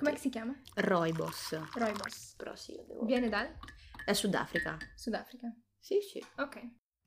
Com'è che si chiama? Rooibos. Rooibos. Però sì, lo devo... Viene dal È Sudafrica. Sudafrica. Sì, sì. Ok.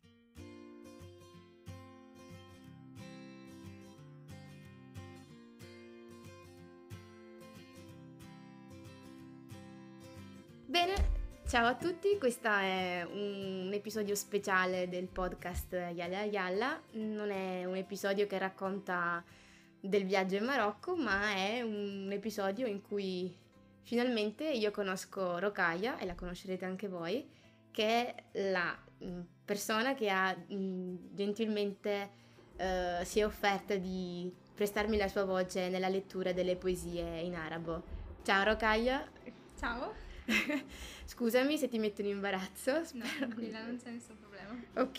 Bene, ciao a tutti, questo è un episodio speciale del podcast Yalla Yalla. Non è un episodio che racconta del viaggio in Marocco, ma è un episodio in cui finalmente io conosco Rokhaya, e la conoscerete anche voi, che è la persona che ha gentilmente si è offerta di prestarmi la sua voce nella lettura delle poesie in arabo. Ciao Rokhaya. Ciao. Scusami se ti metto in imbarazzo. No, tranquilla, non c'è nessun problema.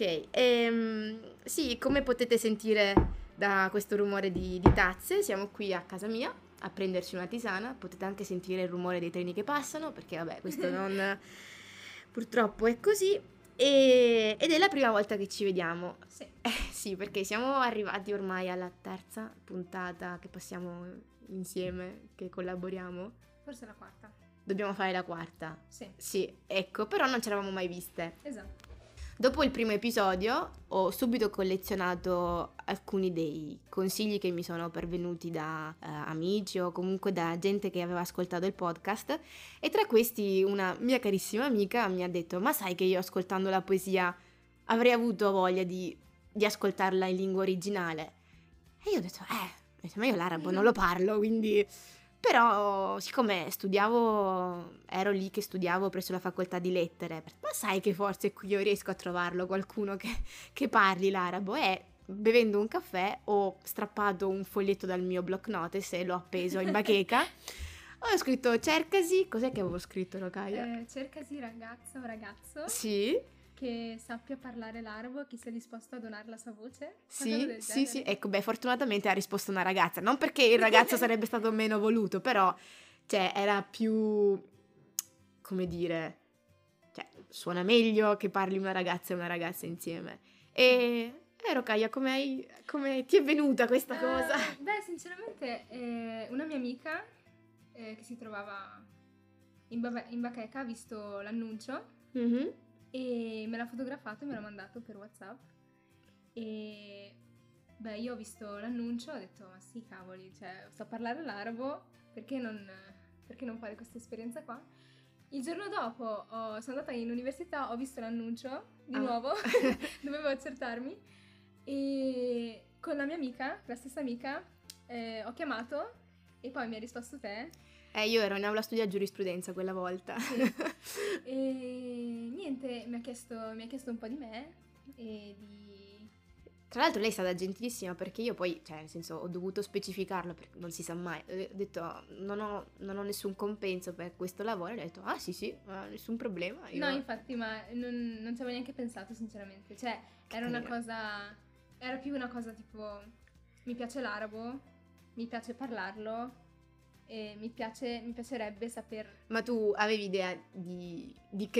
Ok, sì, come potete sentire da questo rumore di tazze, siamo qui a casa mia a prenderci una tisana. Potete anche sentire il rumore dei treni che passano, perché vabbè, questo non... purtroppo è così. Ed è la prima volta che ci vediamo. Sì. Sì, perché siamo arrivati ormai alla terza puntata che passiamo insieme, che collaboriamo. Forse la quarta. Dobbiamo fare la quarta. Sì. Sì, ecco, però non ci eravamo mai viste. Esatto. Dopo il primo episodio ho subito collezionato alcuni dei consigli che mi sono pervenuti da amici o comunque da gente che aveva ascoltato il podcast, e tra questi una mia carissima amica mi ha detto: ma sai che io ascoltando la poesia avrei avuto voglia di ascoltarla in lingua originale? E io ho detto, ma io l'arabo non lo parlo, quindi... Però siccome ero lì che studiavo presso la facoltà di lettere, ma sai che forse qui io riesco a trovarlo qualcuno che parli l'arabo? E bevendo un caffè ho strappato un foglietto dal mio block notes e l'ho appeso in bacheca. Ho scritto cercasi, cos'è che avevo scritto, Rokhaya? Cercasi ragazza o ragazzo Sì. che sappia parlare l'arabo, chi sia disposto a donare la sua voce. Sì, ecco, ecco, ha risposto una ragazza, non perché il ragazzo sarebbe stato meno voluto, però, cioè, era più, come dire, cioè, suona meglio che parli una ragazza e una ragazza insieme. E Rokhaya, come ti è venuta questa cosa? Beh, sinceramente, una mia amica che si trovava in bacheca ha visto l'annuncio. Mm-hmm. E me l'ha fotografato e me l'ha mandato per WhatsApp. E beh, io ho visto l'annuncio, ho detto ma sì, cavoli, cioè so parlare l'arabo, perché non fare questa esperienza qua? Il giorno dopo sono andata in università, ho visto l'annuncio di nuovo, dovevo accertarmi, e con la mia amica, la stessa amica, ho chiamato e poi mi ha risposto te. Io ero in aula studia giurisprudenza quella volta. Sì. E niente, mi ha chiesto un po' di me e di... Tra l'altro lei è stata gentilissima, perché io poi, cioè nel senso, ho dovuto specificarlo perché non si sa mai. Ho detto non ho nessun compenso per questo lavoro, e lei ha detto sì, nessun problema. No, infatti, ma non ci avevo neanche pensato sinceramente, cioè era più una cosa tipo mi piace l'arabo, mi piace parlarlo e mi piacerebbe saper... Ma tu avevi idea di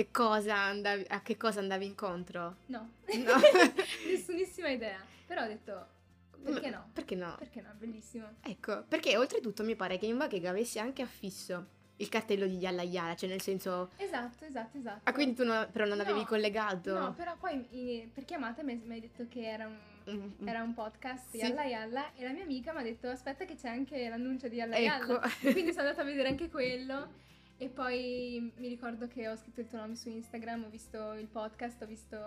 a che cosa andavi incontro? No. No. Nessunissima idea, però ho detto perché no? Perché no? Perché no, bellissimo. Ecco, perché oltretutto mi pare che in bacheca avessi anche affisso il cartello di Yalla Yalla, cioè nel senso... Esatto. Ah, quindi tu però non avevi collegato? No, però poi per chiamata mi hai detto che era un podcast, sì. Yalla Yalla, e la mia amica mi ha detto aspetta che c'è anche l'annuncio di Yalla ecco. Yalla, quindi sono andata a vedere anche quello, e poi mi ricordo che ho scritto il tuo nome su Instagram, ho visto il podcast, ho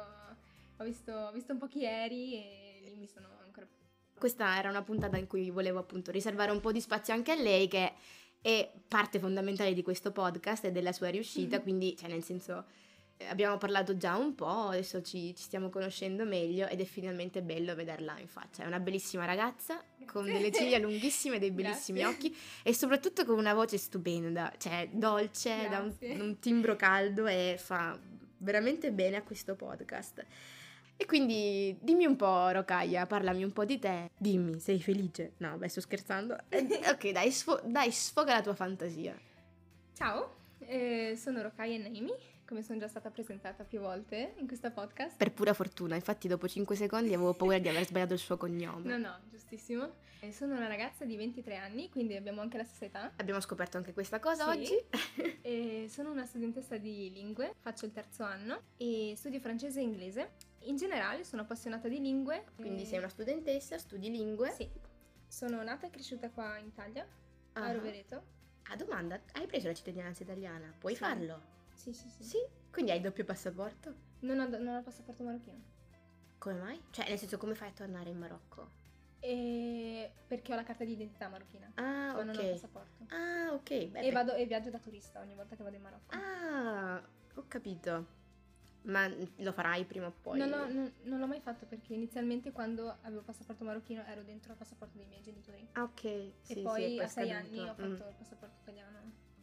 visto un po' chi eri, e lì mi sono ancora... Questa era una puntata in cui volevo appunto riservare un po' di spazio anche a lei, che è parte fondamentale di questo podcast e della sua riuscita, quindi, cioè nel senso, abbiamo parlato già un po', adesso ci stiamo conoscendo meglio ed è finalmente bello vederla in faccia. È una bellissima ragazza, con delle ciglia lunghissime e dei bellissimi occhi, e soprattutto con una voce stupenda, cioè dolce, da un timbro caldo, e fa veramente bene a questo podcast. E quindi dimmi un po', Rokhaya, parlami un po' di te. Dimmi, sei felice? No, beh, sto scherzando. Ok, dai, sfoga la tua fantasia. Ciao, sono Rokhaya Naimi, come sono già stata presentata più volte in questo podcast. Per pura fortuna, infatti dopo 5 secondi avevo paura di aver sbagliato il suo cognome. No, giustissimo. Sono una ragazza di 23 anni, quindi abbiamo anche la stessa età. Abbiamo scoperto anche questa cosa Sì. oggi. E sono una studentessa di lingue, faccio il terzo anno e studio francese e inglese. In generale sono appassionata di lingue. Quindi sei una studentessa, studi lingue. Sì. Sono nata e cresciuta qua in Italia, a Rovereto. Domanda, hai preso la cittadinanza italiana? Puoi Sì. farlo? Sì. Sì? Quindi hai il doppio passaporto? Non ho il passaporto marocchino. Come mai? Cioè, nel senso, come fai a tornare in Marocco? Perché ho la carta di identità marocchina, Ah, ma ok. non ho il passaporto. Ah, ok. Beh, E viaggio da turista ogni volta che vado in Marocco. Ah, ho capito. Ma lo farai prima o poi? Non l'ho mai fatto perché inizialmente quando avevo il passaporto marocchino ero dentro al passaporto dei miei genitori. Ah, ok. Sì, E poi è a 6 scaduto. anni ho fatto il passaporto italiano.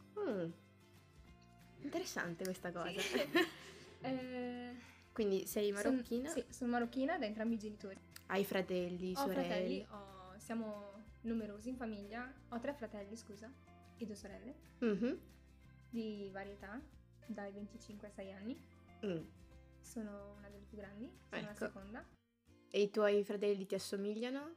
Interessante questa cosa. Sì. Quindi sei marocchina? Sì, sono marocchina da entrambi i genitori. Hai fratelli, Ho sorelle? fratelli, siamo numerosi in famiglia. Ho 3 fratelli, scusa, e 2 sorelle Mhm. di varia età, dai 25 ai 6 anni. Mm. Sono una delle più grandi, sono la Ecco. seconda. E i tuoi fratelli ti assomigliano?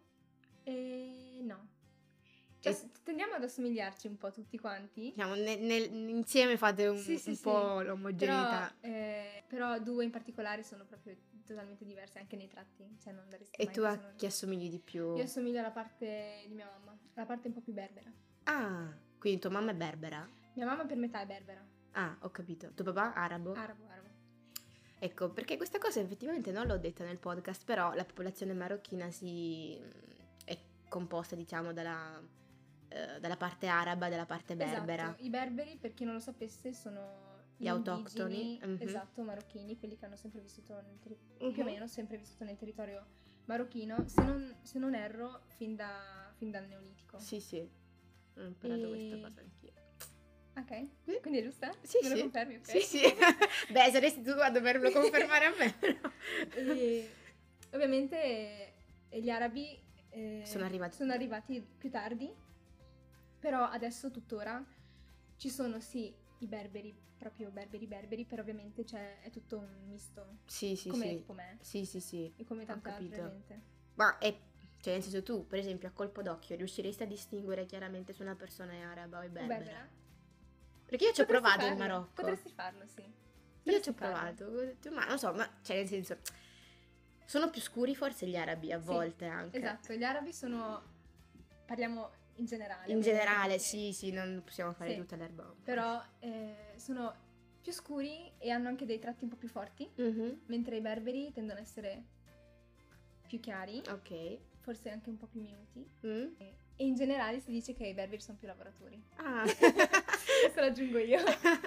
No. Cioè, tendiamo ad assomigliarci un po' tutti quanti. Diciamo, insieme fate un Sì. po' l'omogeneità. Però 2 in particolare sono proprio totalmente diverse anche nei tratti. Cioè, non daresti E mai tu che a sono- chi assomigli di più? Io assomiglio alla parte di mia mamma, la parte un po' più berbera. Ah, quindi tua mamma è berbera? Mia mamma per metà è berbera. Ah, ho capito. Tuo papà arabo? Arabo. Ecco, perché questa cosa effettivamente non l'ho detta nel podcast, però la popolazione marocchina è composta, diciamo, dalla parte araba e dalla parte berbera. Esatto. I berberi, per chi non lo sapesse, sono Gli autoctoni. indigeni, Mhm. Esatto, marocchini, quelli che hanno sempre vissuto Mhm. più o meno sempre vissuto nel territorio marocchino, se non erro, fin dal Neolitico. Sì, ho imparato E- questa cosa anch'io. Ok, Sì. quindi è giusta? Sì, Me lo sì. confermi, ok? Sì. Beh, saresti tu a doverlo confermare a me. però. E ovviamente gli arabi Sono arrivati più tardi, però adesso tuttora ci sono sì i berberi, proprio berberi, però ovviamente è tutto un misto, Sì, come sì. tipo me Sì. e come Ho tante altre capito. gente. Ma cioè, nel senso, tu, per esempio, a colpo d'occhio riusciresti a distinguere chiaramente se una persona è araba o è berbera? Berbera? Perché io ci ho Potresti provato in farlo, Marocco. Potresti farlo, sì. Io ci Potresti ho farlo. provato, ho detto, ma non so, cioè nel senso, sono più scuri forse gli arabi a Sì, volte anche. Esatto, gli arabi parliamo in generale. In ovviamente, generale, perché- sì, non possiamo fare Sì. tutta l'erba. Però sono più scuri e hanno anche dei tratti un po' più forti, Mhm, mentre i berberi tendono ad essere più chiari, ok. forse anche un po' più minuti. Mm. E in generale si dice che i berberi sono più lavoratori. Ah. Questo lo aggiungo io.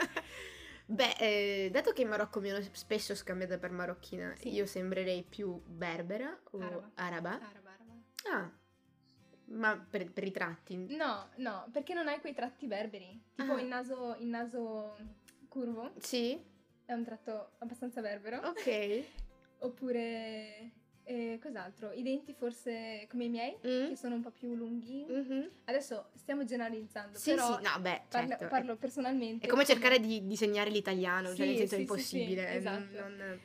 Beh, dato che in Marocco mi hanno spesso scambiata per marocchina, Sì. io sembrerei più berbera o araba. Araba. Ah, ma per i tratti? No, perché non hai quei tratti berberi. Tipo Ah. il naso curvo Sì? è un tratto abbastanza berbero. Ok. Oppure cos'altro? I denti forse come i miei, Mm. che sono un po' più lunghi. Mhm. Adesso stiamo generalizzando, Sì, però sì, no, beh, certo. parlo personalmente. È come cercare di disegnare l'italiano, cioè Sì, nel senso è sì, impossibile. sì, esatto.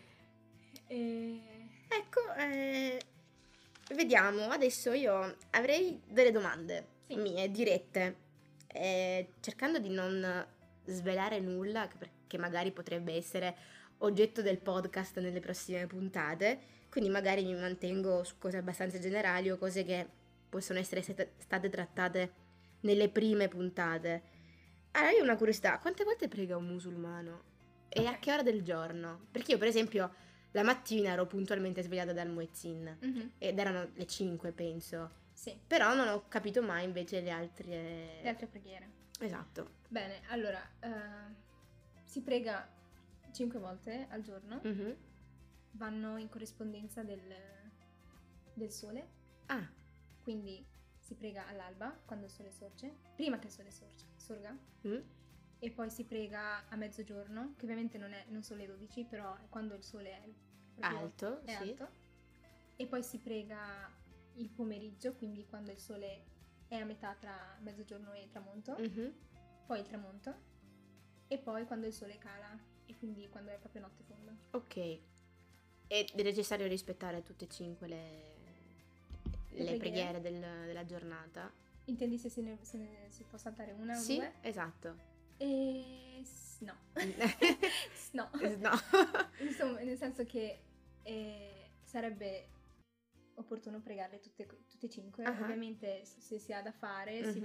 Ecco, vediamo, adesso io avrei delle domande Sì. mie, dirette, cercando di non svelare nulla, che magari potrebbe essere oggetto del podcast nelle prossime puntate, quindi magari mi mantengo su cose abbastanza generali o cose che possono essere state trattate nelle prime puntate. Allora, io ho una curiosità, quante volte prega un musulmano? E a Ok. che ora del giorno? Perché io, per esempio, la mattina ero puntualmente svegliata dal muezzin Mhm, ed erano le 5, penso. sì, Però non ho capito mai invece le altre... le altre preghiere. Esatto. Bene, allora, si prega 5 volte al giorno, Mhm. vanno in corrispondenza del sole, Ah, quindi si prega all'alba, quando il sole sorge, prima che il sole sorga, mm, e poi si prega a mezzogiorno, che ovviamente non sono le 12, però è quando il sole è proprio alto, è sì. alto, e poi si prega il pomeriggio, quindi quando il sole è a metà tra mezzogiorno e tramonto, Mhm. poi il tramonto, e poi quando il sole cala e quindi quando è proprio notte fonda. Ok. Ed è necessario rispettare tutte e 5 le preghiere della giornata? Intendi se si può saltare una o Sì, due? esatto. No. No. No. Insomma, nel senso che sarebbe opportuno pregarle tutte e 5. Ah. Ovviamente se si ha da fare Mhm. si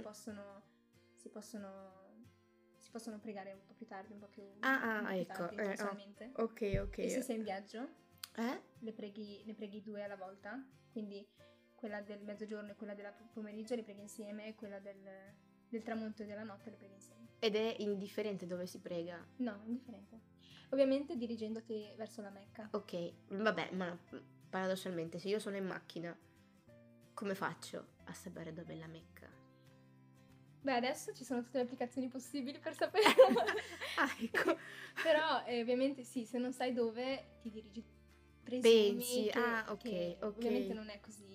possono pregare un po' più tardi, un po' più Ecco. tardi, giornalmente. Ok. E se sei in viaggio, Eh? ne preghi 2 alla volta, quindi quella del mezzogiorno e quella della pomeriggio le preghi insieme, e quella del tramonto e della notte le preghi insieme. Ed è indifferente dove si prega? No, indifferente. Ovviamente dirigendoti verso la Mecca. Ok, vabbè, ma paradossalmente se io sono in macchina, come faccio a sapere dove è la Mecca? Beh, adesso ci sono tutte le applicazioni possibili per saperlo. Ecco. Però ovviamente sì, se non sai dove ti dirigi, Pensi, ok. che ovviamente non è così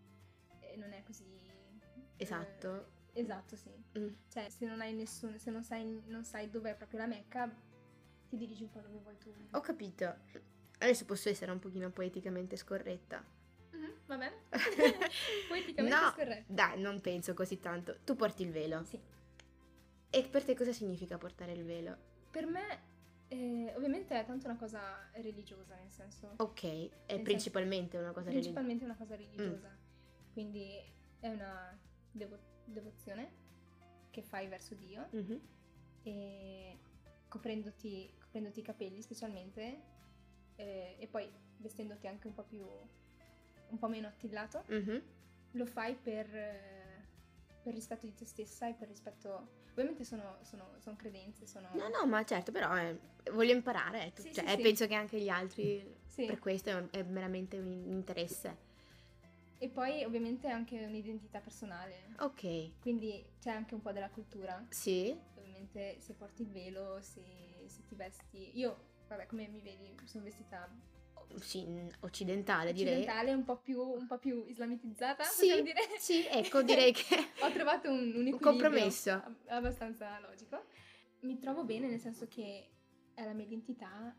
Esatto. esatto, sì. Cioè, se non sai dov'è proprio la Mecca, ti dirigi un po' dove vuoi tu. Ho capito. Adesso posso essere un pochino poeticamente scorretta. Va bene? Poeticamente No, scorretto. dai, non penso così tanto. Tu porti il velo. Sì. E per te cosa significa portare il velo? Per me, ovviamente è tanto una cosa religiosa, nel senso. Ok, è principalmente una cosa religiosa. Principalmente una cosa religiosa. Quindi è una devozione che fai verso Dio, e coprendoti i capelli specialmente, e poi vestendoti anche un po' meno attillato. Lo fai per rispetto di te stessa e per rispetto. Ovviamente sono credenze, No, ma certo, però voglio imparare, ecco. Sì, Cioè, sì, sì. penso che anche gli altri, Sì. per questo è meramente un interesse. E poi ovviamente anche un'identità personale. Ok. Quindi c'è anche un po' della cultura. Sì. Ovviamente se porti il velo, se ti vesti. Io, vabbè, come mi vedi, sono vestita Sì, occidentale, direi. occidentale, un po' più islamitizzata, Sì, possiamo dire. sì, ecco, direi che Ho trovato un equilibrio compromesso. abbastanza logico. Mi trovo bene, nel senso che è la mia identità.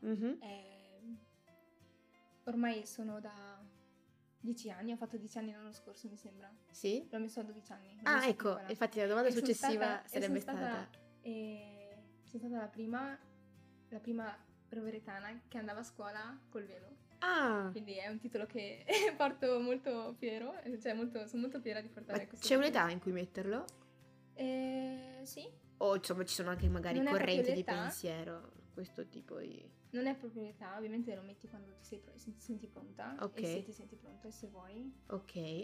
Ormai sono da 10 anni, ho fatto 10 anni l'anno scorso, mi sembra. Sì? L'ho messo a 12 anni. Ecco, piccola. infatti la domanda E sono successiva sarebbe sono stata... sono stata la prima roveretana che andava a scuola col velo. Quindi è un titolo che porto molto fiero, cioè sono molto fiera di portare questo. C'è un'età in cui metterlo? Sì. O insomma ci sono anche magari Non è correnti proprio di l'età. pensiero, questo tipo di... Non è proprio l'età, ovviamente lo metti quando ti senti pronta. Ok. E se ti senti pronta e se vuoi. Ok.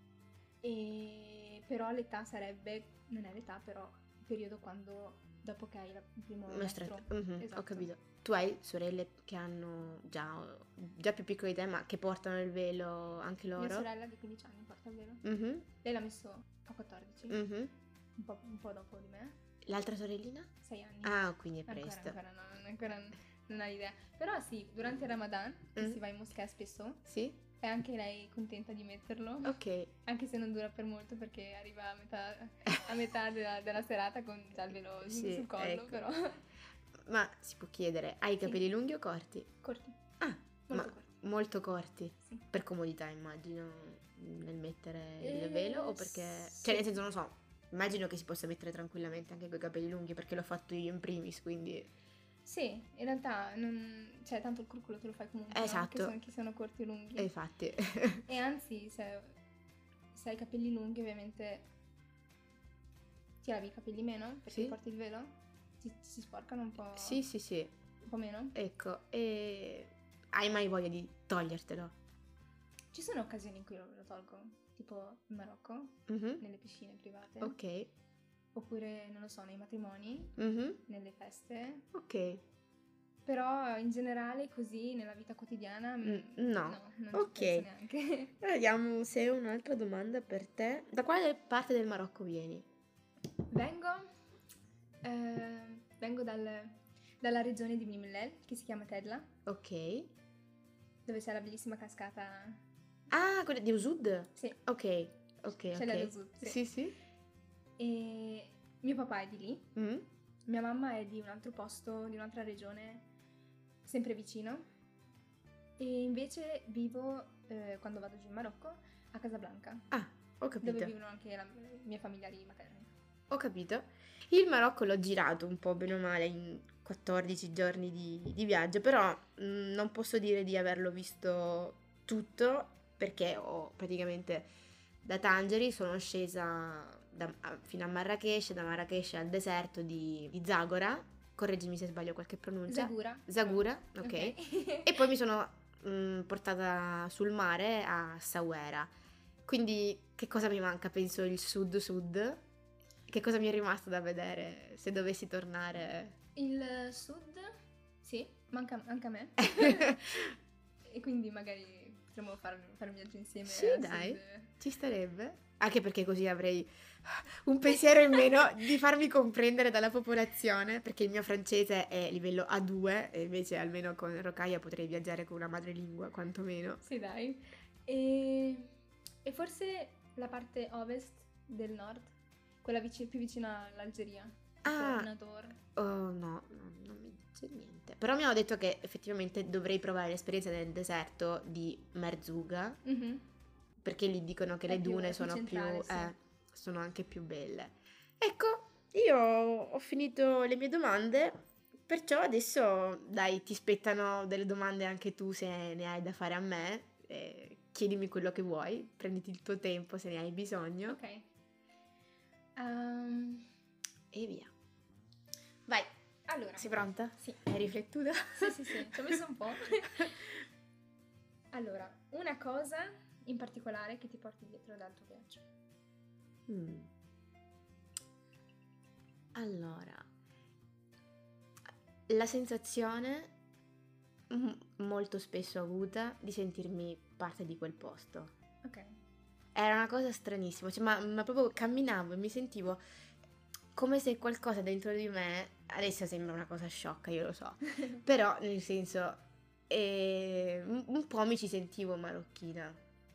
Però l'età non è l'età, però il periodo dopo che hai il primo maestro. Esatto. Ho capito. Tu hai sorelle che hanno già più piccole di te, ma che portano il velo anche loro? Mia sorella di 15 anni porta il velo. Lei l'ha messo a 14, un po' dopo di me. L'altra sorellina? 6 anni. Quindi è presto. Ancora non ha idea. Però sì, durante il Ramadan, che si va in moschea spesso, sì? è anche lei contenta di metterlo. Ok. Anche se non dura per molto, perché arriva a metà della serata con già il velo sul collo, ecco. però. Ma si può chiedere, hai i capelli lunghi o corti? Corti. Molto corti. Molto corti? Sì. Per comodità, immagino, nel mettere il velo, o perché... sì. Cioè, nel senso, non so, immagino che si possa mettere tranquillamente anche coi capelli lunghi, perché l'ho fatto io in primis, quindi... Sì, in realtà cioè, tanto il curcolo te lo fai comunque, esatto. Che siano corti o lunghi. Infatti. E anzi, se hai i capelli lunghi, ovviamente ti lavi i capelli meno, perché porti il velo, si sporcano un po'. Sì. Un po' meno. Ecco, e hai mai voglia di togliertelo? Ci sono occasioni in cui lo tolgo, tipo in Marocco, nelle piscine private. Ok. Oppure, non lo so, nei matrimoni, nelle feste. Ok. Però in generale così nella vita quotidiana no, non ci penso neanche. Vediamo se ho un'altra domanda per te. Da quale parte del Marocco vieni? Vengo dalla regione di Mimlel, che si chiama Tedla. Ok. Dove c'è la bellissima cascata. Quella di Usud? Sì. Ok. C'è la di Usud, sì. Sì. E mio papà è di lì. Mia mamma è di un altro posto, di un'altra regione, sempre vicino. E invece vivo, quando vado giù in Marocco, a Casablanca, Ah, ho capito. dove vivono anche i miei familiari materni. Ho capito. Il Marocco l'ho girato un po' bene o male in 14 giorni di viaggio, però non posso dire di averlo visto tutto perché ho praticamente da Tangeri sono scesa fino a Marrakech, da Marrakech al deserto di Zagora, correggimi se sbaglio qualche pronuncia. Zagura, ok. E poi mi sono portata sul mare a Sawera. Quindi che cosa mi manca? Penso il sud-sud. Che cosa mi è rimasto da vedere se dovessi tornare? Il sud, sì, manca anche a me. E quindi magari potremmo fare un viaggio insieme. Sì, al dai, sud. ci starebbe. Anche perché così avrei un pensiero in meno di farmi comprendere dalla popolazione, perché il mio francese è livello A2 e invece almeno con Rocaia potrei viaggiare con una madrelingua, quantomeno. Sì, dai. E forse la parte ovest del nord, quella più vicina all'Algeria. Ah. Nador. Oh no, non mi dice niente. Però mi hanno detto che effettivamente dovrei provare l'esperienza nel deserto di Merzouga, Mhm. perché lì dicono che È le più- dune è più sono più, centrale, sì. sono anche più belle. Ecco, io ho finito le mie domande, perciò adesso dai, ti spettano delle domande anche tu se ne hai da fare a me. Chiedimi quello che vuoi, prenditi il tuo tempo se ne hai bisogno Ok. e via. Vai, Allora. sei pronta? Sì. Hai riflettuto? Sì, ci ho messo un po'. Allora, una cosa in particolare che ti porti dietro dal tuo viaggio. Allora, la sensazione molto spesso avuta di sentirmi parte di quel posto. Ok. Era una cosa stranissima, cioè, ma proprio camminavo e mi sentivo come se qualcosa dentro di me, adesso sembra una cosa sciocca, io lo so, però nel senso, un po' mi ci sentivo marocchina.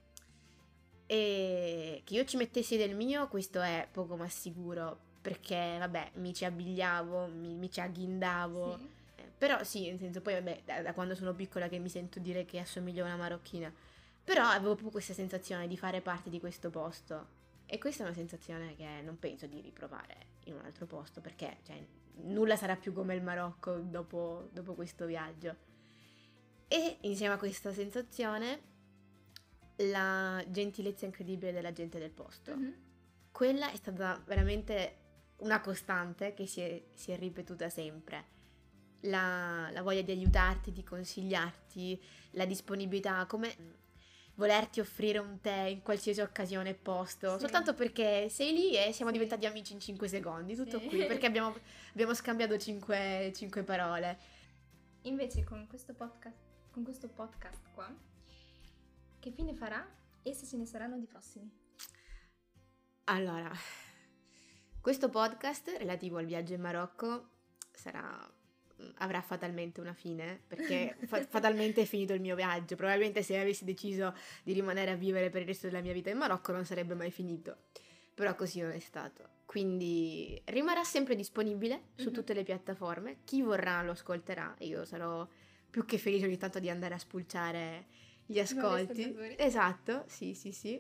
E che io ci mettessi del mio, questo è poco ma sicuro, perché vabbè, mi ci abbigliavo, mi ci agghindavo. Sì. Però sì, nel senso, poi vabbè, da quando sono piccola che mi sento dire che assomiglio a una marocchina. Però avevo proprio questa sensazione di fare parte di questo posto. E questa è una sensazione che non penso di riprovare in un altro posto, perché cioè, nulla sarà più come il Marocco dopo questo viaggio. E insieme a questa sensazione, la gentilezza incredibile della gente del posto. Mhm. Quella è stata veramente una costante che si è ripetuta sempre. La voglia di aiutarti, di consigliarti, la disponibilità, come volerti offrire un tè in qualsiasi occasione e posto, Sì. soltanto perché sei lì e siamo Sì. diventati amici in 5 secondi, tutto Sì. qui, perché abbiamo scambiato 5 parole. Invece con questo podcast qua, che fine farà e se ce ne saranno di prossimi? Allora, questo podcast relativo al viaggio in Marocco avrà fatalmente una fine, perché fatalmente è finito il mio viaggio. Probabilmente se avessi deciso di rimanere a vivere per il resto della mia vita in Marocco non sarebbe mai finito, però così non è stato. Quindi rimarrà sempre disponibile su tutte le piattaforme, chi vorrà lo ascolterà e io sarò più che felice ogni tanto di andare a spulciare gli ascolti. ascoltatori. Esatto, sì.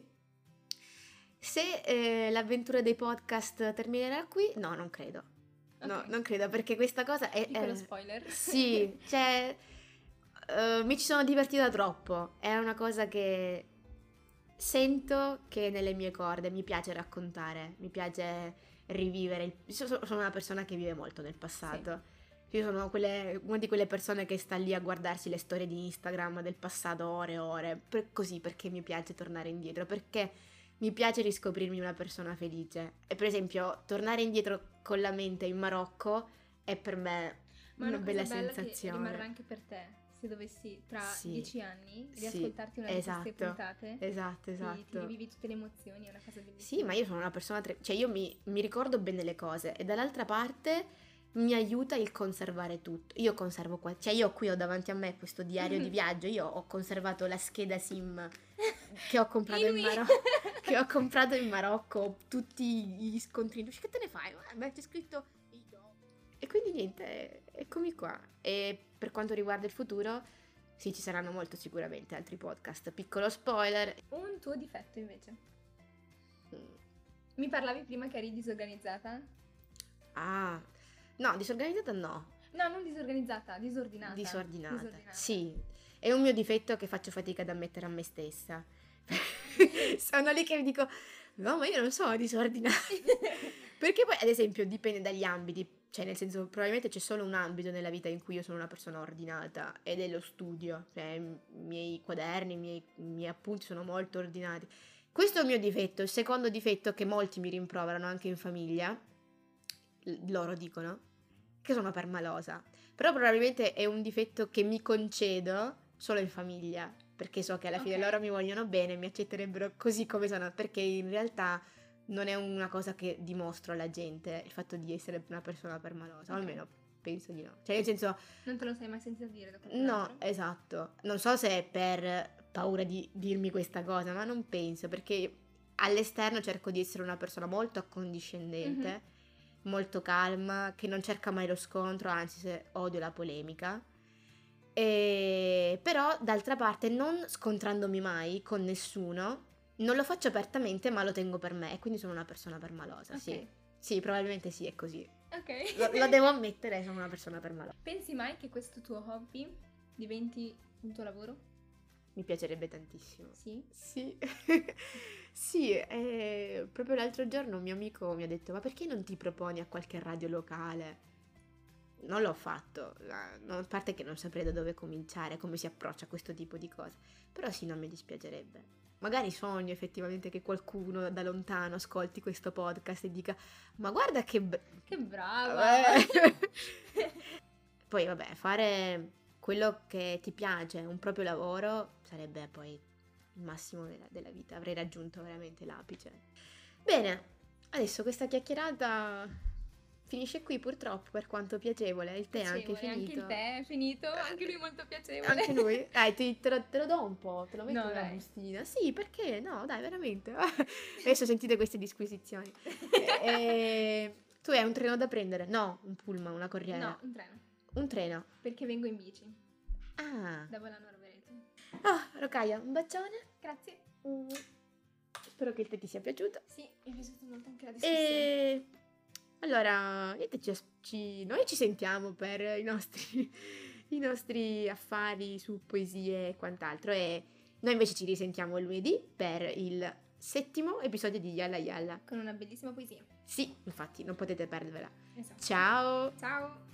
Se l'avventura dei podcast terminerà qui, no, non credo. No, Ok. non credo, perché questa cosa è... Piccolo spoiler. Sì, cioè... mi ci sono divertita troppo. È una cosa che sento che è nelle mie corde. Mi piace raccontare, mi piace rivivere. Sono una persona che vive molto nel passato. Sì. Io sono una di quelle persone che sta lì a guardarsi le storie di Instagram del passato ore e ore. Così, perché mi piace tornare indietro, perché... mi piace riscoprirmi una persona felice. E per esempio, tornare indietro con la mente in Marocco è per me una bella sensazione. Che rimarrà anche per te, se dovessi tra 10 anni riascoltarti una di queste puntate. Esatto. Ti rivivi tutte le emozioni, è una cosa bellissima. Sì, ma io sono una persona... cioè io mi ricordo bene le cose e dall'altra parte... mi aiuta il conservare tutto. Io conservo qua, cioè io qui ho davanti a me questo diario di viaggio, io ho conservato la scheda SIM che ho comprato in Marocco, tutti gli scontrini, che te ne fai? Beh, c'è scritto io. E quindi quindi niente, eccomi qua. E per quanto riguarda il futuro, sì, ci saranno molto sicuramente altri podcast. Piccolo spoiler. Un tuo difetto invece. Mm. Mi parlavi prima che eri disorganizzata? Ah, no, disorganizzata no. No, non disorganizzata, disordinata. Disordinata. Sì, è un mio difetto che faccio fatica ad ammettere a me stessa. Sono lì che mi dico, no, ma io non sono disordinata. Perché poi, ad esempio, dipende dagli ambiti. Cioè, nel senso, probabilmente c'è solo un ambito nella vita in cui io sono una persona ordinata, ed è lo studio. Cioè, i miei quaderni, i miei appunti sono molto ordinati. Questo è un mio difetto. Il secondo difetto che molti mi rimproverano anche in famiglia, loro dicono, che sono permalosa. Però probabilmente è un difetto che mi concedo solo in famiglia, perché so che alla fine loro mi vogliono bene, mi accetterebbero così come sono, perché in realtà non è una cosa che dimostro alla gente, il fatto di essere una persona permalosa, o almeno penso di no. Cioè, nel senso... Non te lo sei mai sentito dire da qualcun No, altro? esatto. Non so se è per paura di dirmi questa cosa, ma non penso, perché all'esterno cerco di essere una persona molto accondiscendente, molto calma, che non cerca mai lo scontro, anzi se odio la polemica. Però d'altra parte non scontrandomi mai con nessuno, non lo faccio apertamente ma lo tengo per me, e quindi sono una persona permalosa. Sì, probabilmente sì, è così. Ok. Lo devo ammettere, sono una persona permalosa. Pensi mai che questo tuo hobby diventi un tuo lavoro? Mi piacerebbe tantissimo. Sì? Sì. Sì, proprio l'altro giorno un mio amico mi ha detto, ma perché non ti proponi a qualche radio locale? Non l'ho fatto, a parte che non saprei da dove cominciare, come si approccia a questo tipo di cose, però sì, non mi dispiacerebbe. Magari sogno effettivamente che qualcuno da lontano ascolti questo podcast e dica, ma guarda che brava! Poi vabbè, fare quello che ti piace, un proprio lavoro, sarebbe poi il massimo della vita, avrei raggiunto veramente l'apice. Bene, adesso questa chiacchierata finisce qui purtroppo, per quanto piacevole. Il tè è anche finito. Anche il tè è finito, anche lui molto piacevole. Anche lui? Dai, te lo do un po', te lo metto No, nella dai. bustina. Sì, perché? No, dai, veramente. Adesso sentite queste disquisizioni. Tu hai un treno da prendere? No, un pullman, una corriera. No, un treno. Un treno. Perché vengo in bici. Ah. Da Volano a Rovereto. Oh, Rocaia, un bacione. Grazie. Spero che il tè ti sia piaciuto. Sì, mi è piaciuta molto anche la discussione. E allora, niente, noi ci sentiamo per i nostri affari su poesie e quant'altro, e noi invece ci risentiamo lunedì per il 7° episodio di Yalla Yalla. Con una bellissima poesia. Sì, infatti, non potete perdervela. Esatto. Ciao! Ciao!